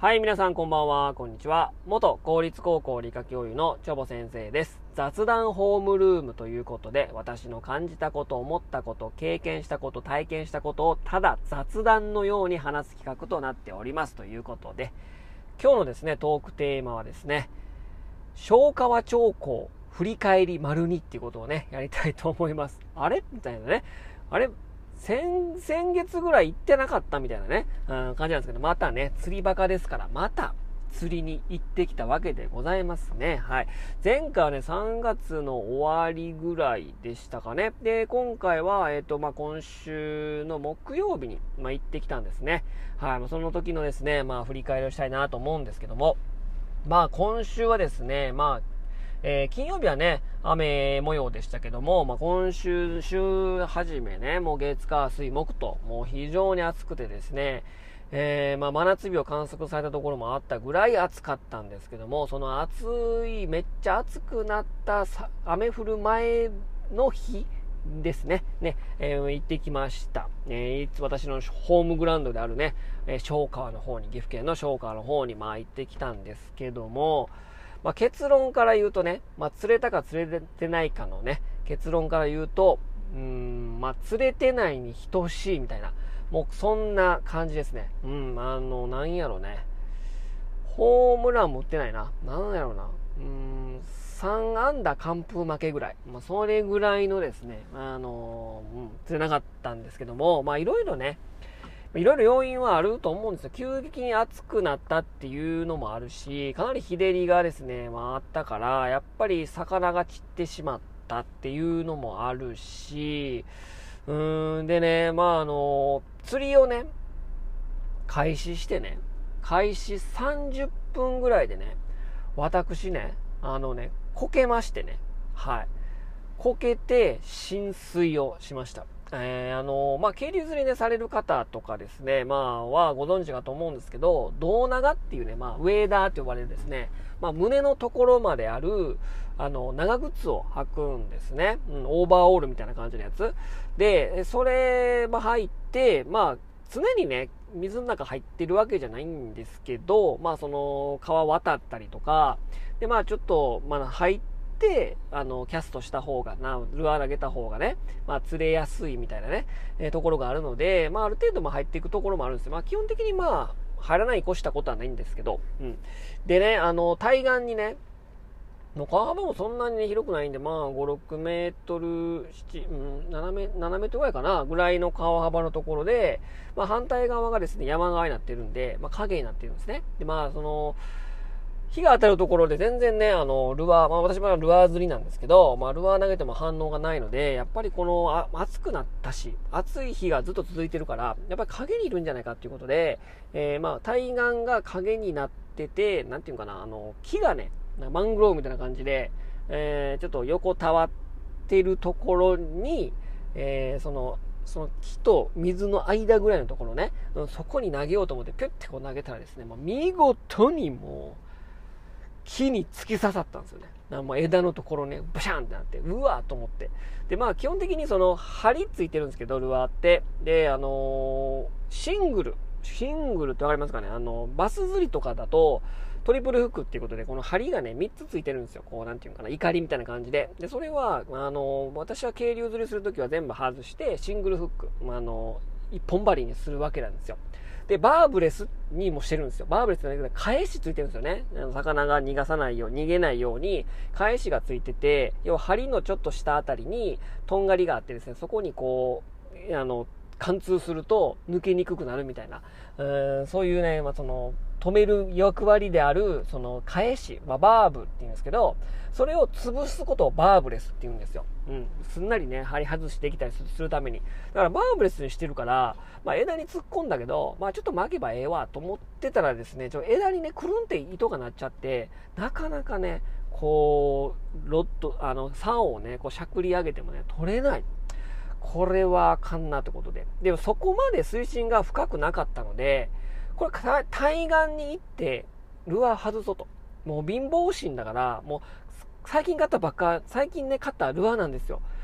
はい、皆さんこんばんは、こんにちは。元公立高校理科教諭のチョボ先生です。雑談ホームルームということで、私の感じたこと、思ったこと、経験したこと、体験したことをただ雑談のように話す企画となっておりますということで、今日のですね、トークテーマはですね、小川長江振り返り丸2っていうことをね、やりたいと思います。あれみたいなね。あれ先月ぐらい行ってなかったみたいなね、感じなんですけど、またね、釣りバカですから、また釣りに行ってきたわけでございますね。はい。前回はね、3月の終わりぐらいでしたかね。で、今回は、今週の木曜日に、行ってきたんですね。はい。その時のですね、振り返りをしたいなと思うんですけども、今週はですね、金曜日はね、雨模様でしたけども、今週、週始めね、もう月火水木と、もう非常に暑くてですね、真夏日を観測されたところもあったぐらい暑かったんですけども、そのめっちゃ暑くなった雨降る前の日ですね、行ってきました。私のホームグラウンドであるね、小川の方に、岐阜県の小川の方に行ってきたんですけども、結論から言うとね、釣れたか釣れてないかのね、結論から言うと、釣れてないに等しいみたいな、もうそんな感じですね。なんやろね。ホームランも打ってないな。なんやろな。3安打完封負けぐらい。それぐらいのですね、釣れなかったんですけども、いろいろ要因はあると思うんですよ。急激に暑くなったっていうのもあるし、かなり日照りがですね、あったから、やっぱり魚が散ってしまったっていうのもあるし、でね、釣りをね、開始30分ぐらいでね、私ね、こけましてね、はい。こけて浸水をしました。渓流釣りね、される方とかですね、はご存知かと思うんですけど、胴長っていうね、ウェーダーと呼ばれるですね、胸のところまである、長靴を履くんですね。オーバーオールみたいな感じのやつ。で、それ、履いて、常にね、水の中入ってるわけじゃないんですけど、川渡ったりとか、で、ちょっと、入って、キャストした方がルアー投げた方がね、釣れやすいみたいなね、ところがあるので、ある程度入っていくところもあるんですよ。基本的に入らない越したことはないんですけど、でね、対岸にね、川幅もそんなに、広くないんで、5、6メートル、7メートルぐらいかな、ぐらいの川幅のところで、反対側がですね、山側になってるんで、影になってるんですね。で、日が当たるところで全然ね、ルアー、私もルアー釣りなんですけど、ルアー投げても反応がないので、やっぱり暑くなったし、暑い日がずっと続いてるから、やっぱり影にいるんじゃないかっていうことで、対岸が影になってて、なんていうかな、木がね、マングローブみたいな感じで、ちょっと横たわってるところに、その木と水の間ぐらいのところね、そこに投げようと思ってピュッて投げたらですね、見事にもう、木に突き刺さったんですよね。枝のところね、ブシャンってなって、うわーと思って。で、基本的に針ついてるんですけど、ルアーって。で、シングルってわかりますかね？バス釣りとかだと、トリプルフックっていうことで、この針がね、3つついてるんですよ。なんていうかな、怒りみたいな感じで。で、それは、私は渓流釣りするときは全部外して、シングルフック、一本針にするわけなんですよ。で、バーブレスにもしてるんですよ。バーブレスじゃないけど、返しついてるんですよね。魚が逃げないように、返しがついてて、要は針のちょっと下あたりに、とんがりがあってですね、そこに貫通すると抜けにくくなるみたいな、そういうね、止める役割である、返し、バーブって言うんですけど、それを潰すことをバーブレスって言うんですよ。すんなりね、針外してきたりするために。だからバーブレスにしてるから、枝に突っ込んだけど、ちょっと巻けばええわと思ってたらですね、枝にね、くるんって糸がなっちゃって、なかなかね、ロッド、竿をね、しゃくり上げてもね、取れない。これはあかんなってことで。でもそこまで水深が深くなかったので、これ対岸に行ってルアー外そうと。もう貧乏心だから、もう最近ね買ったルアーなんですよ。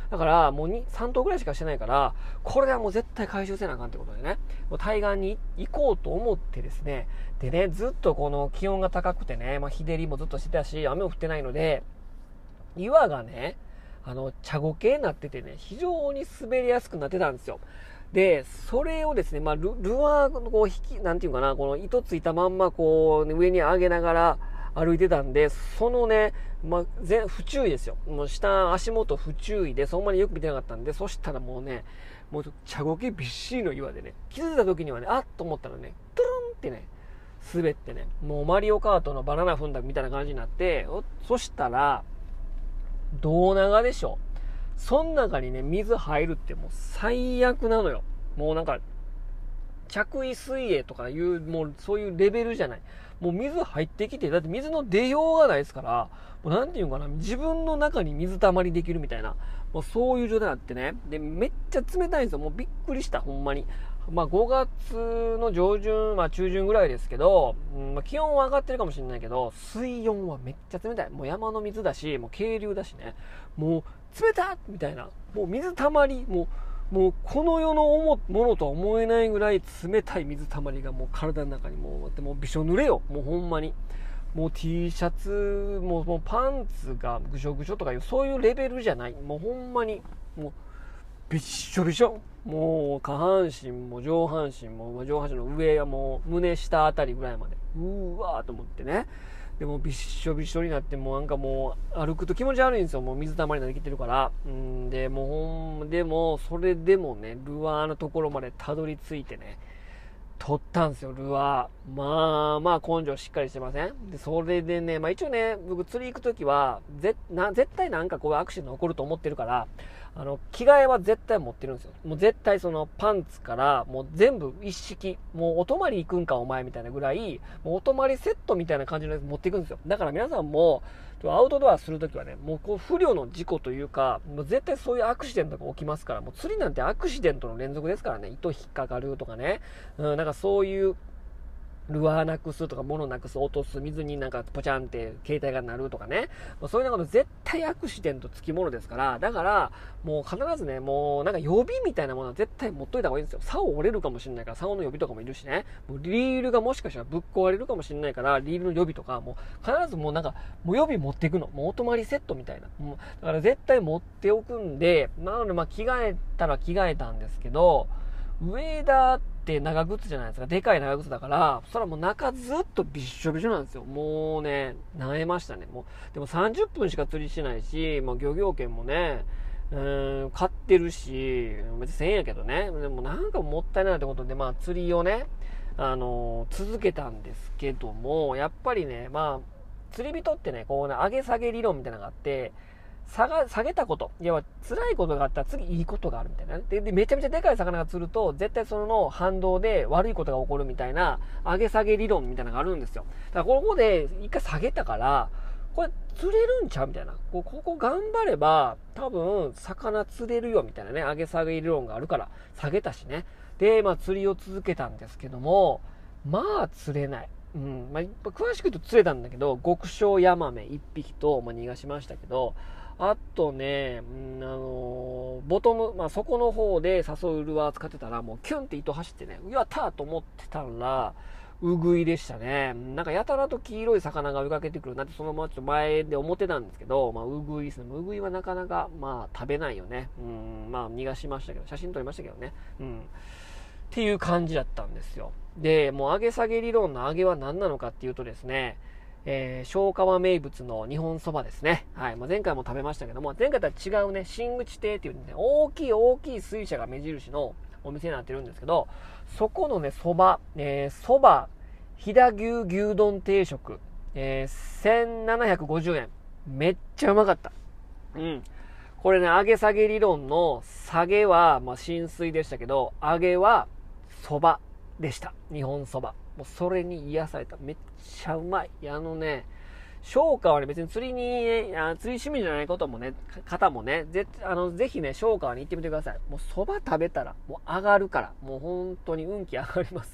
だからもう3頭ぐらいしかしてないから、これはもう絶対回収せなあかんってことでね、もう対岸に行こうと思ってですね、でね、ずっとこの気温が高くてね、日照りもずっとしてたし、雨も降ってないので、岩がね、茶苔になっててね、非常に滑りやすくなってたんですよ。で、それをですね、ルアーのこうなんていうかな、この糸ついたまんまこう、上に上げながら歩いてたんで、そのね、不注意ですよ。もう下、足元不注意で、そんなによく見てなかったんで、そしたらもうね、もう茶苔びっしりの岩でね、気づいた時にはね、あっと思ったらね、トゥルンってね、滑ってね、もうマリオカートのバナナ踏んだみたいな感じになって、そしたら、胴長でしょ。その中にね、水入るってもう最悪なのよ。もうなんか、着衣水泳とかいう、もうそういうレベルじゃない。もう水入ってきて、だって水の出ようがないですから、もうなんていうのかな、自分の中に水たまりできるみたいな、もうそういう状態になってね。で、めっちゃ冷たいんですよ。もうびっくりした、ほんまに。5月の上旬、中旬ぐらいですけど、気温は上がってるかもしれないけど、水温はめっちゃ冷たい。もう山の水だし、もう渓流だしね。もう、冷たっみたいな。もう水たまり、もうこの世のものとは思えないぐらい冷たい水たまりがもう体の中にもうびしょ濡れよ。もうほんまに。もう T シャツ、もうパンツがぐしょぐしょとかいう、そういうレベルじゃない。もうほんまに、もう、びっしょびしょ。もう下半身も上半身も、上半身の上やもう胸下あたりぐらいまで。わーと思ってね。でもびっしょびしょになって、もうなんかもう歩くと気持ち悪いんですよ。もう水たまりになってきてるから。で、でも、それでもね、ルアーのところまでたどり着いてね、取ったんですよ、ルアー。根性しっかりしてませんで、それでね、一応ね、僕釣り行くときは、絶対なんかこうアクシデント起こると思ってるから、着替えは絶対持ってるんですよ。もう絶対そのパンツから、もう全部一式、もうお泊まり行くんかお前みたいなぐらい、もうお泊まりセットみたいな感じのやつ持っていくんですよ。だから皆さんも、アウトドアするときはね、もうこう不慮の事故というか、もう絶対そういうアクシデントが起きますから、もう釣りなんてアクシデントの連続ですからね、糸引っかかるとかね、なんかそういう、ルアーなくすとか、物なくす、落とす、水になんかポチャンって携帯が鳴るとかね。そういうのが絶対アクシデントつきものですから、だから、もう必ずね、もうなんか予備みたいなものは絶対持っといた方がいいんですよ。竿折れるかもしれないから、竿の予備とかもいるしね。もうリールがもしかしたらぶっ壊れるかもしれないから、リールの予備とか、もう必ずもうなんか、もう予備持っていくの。もうお泊まりセットみたいな。もうだから絶対持っておくんで、なので着替えたら着替えたんですけど、上田って長靴じゃないですか。でかい長靴だから、それはもう中ずっとびっしょびしょなんですよ。もうね、萎えましたね。でも30分しか釣りしてないし、漁業券もね、買ってるし、別に1000円やけどね。でもなんかもったいないってことで、釣りをね、続けたんですけども、やっぱりね、釣り人ってね、こうね、上げ下げ理論みたいなのがあって、下げたこと。要は、辛いことがあったら次いいことがあるみたいなね。で、めちゃめちゃでかい魚が釣ると、絶対その反動で悪いことが起こるみたいな、上げ下げ理論みたいなのがあるんですよ。だからここで一回下げたから、これ釣れるんちゃうみたいな。ここ頑張れば、多分、魚釣れるよみたいなね、上げ下げ理論があるから、下げたしね。で、釣りを続けたんですけども、釣れない。詳しく言うと釣れたんだけど、極小ヤマメ1匹と、逃がしましたけど、あとね、ボトム、底の方で誘うルアー使ってたら、もうキュンって糸走ってね、やったーと思ってたら、ウグイでしたね。なんかやたらと黄色い魚が追いかけてくるなってそのままちょっと前で思ってたんですけど、ウグイですね。ウグイはなかなか、食べないよね。逃がしましたけど、写真撮りましたけどね。っていう感じだったんですよ。で、もう上げ下げ理論の上げは何なのかっていうとですね、昭川名物の日本そばですね。はい。前回も食べましたけども、前回とは違うね、新口亭っていうね、大きい水車が目印のお店になってるんですけど、そこのね、そば、飛騨牛牛丼定食、1750円。めっちゃうまかった。これね、上げ下げ理論の下げは、浸水でしたけど、上げはそばでした。日本そば。もうそれに癒された。めっちゃうまい。商家はね、別に釣り趣味じゃない方もね、ぜひね、商家に行ってみてください。もう蕎麦食べたら、もう上がるから、もう本当に運気上がりますよ。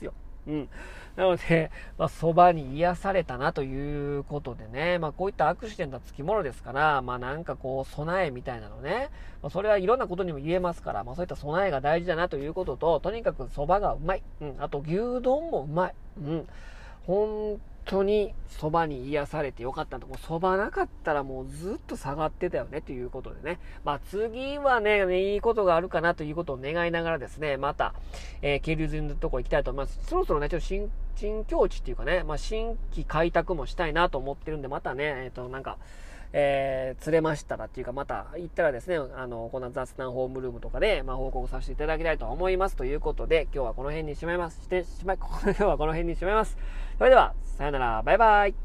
うん。なので、そばに癒されたなということでね、こういったアクシデントはつきものですから、なんかこう、備えみたいなのね、それはいろんなことにも言えますから、そういった備えが大事だなということと、とにかくそばがうまい。うん。あと、牛丼もうまい。うん。本当にそばに癒されてよかったと。もうそばなかったらもうずっと下がってたよねということでね。次はね、いいことがあるかなということを願いながらですね、また、渓流釣りのとこ行きたいと思います。そろそろね、ちょっと新境地っていうかね、新規開拓もしたいなと思ってるんで、またね、釣れましたらっていうか、また行ったらですね、こんな雑談ホームルームとかで、報告させていただきたいと思いますということで、今日はこの辺にしまいます。今日はこの辺にしまいます。それでは、さよなら、バイバイ。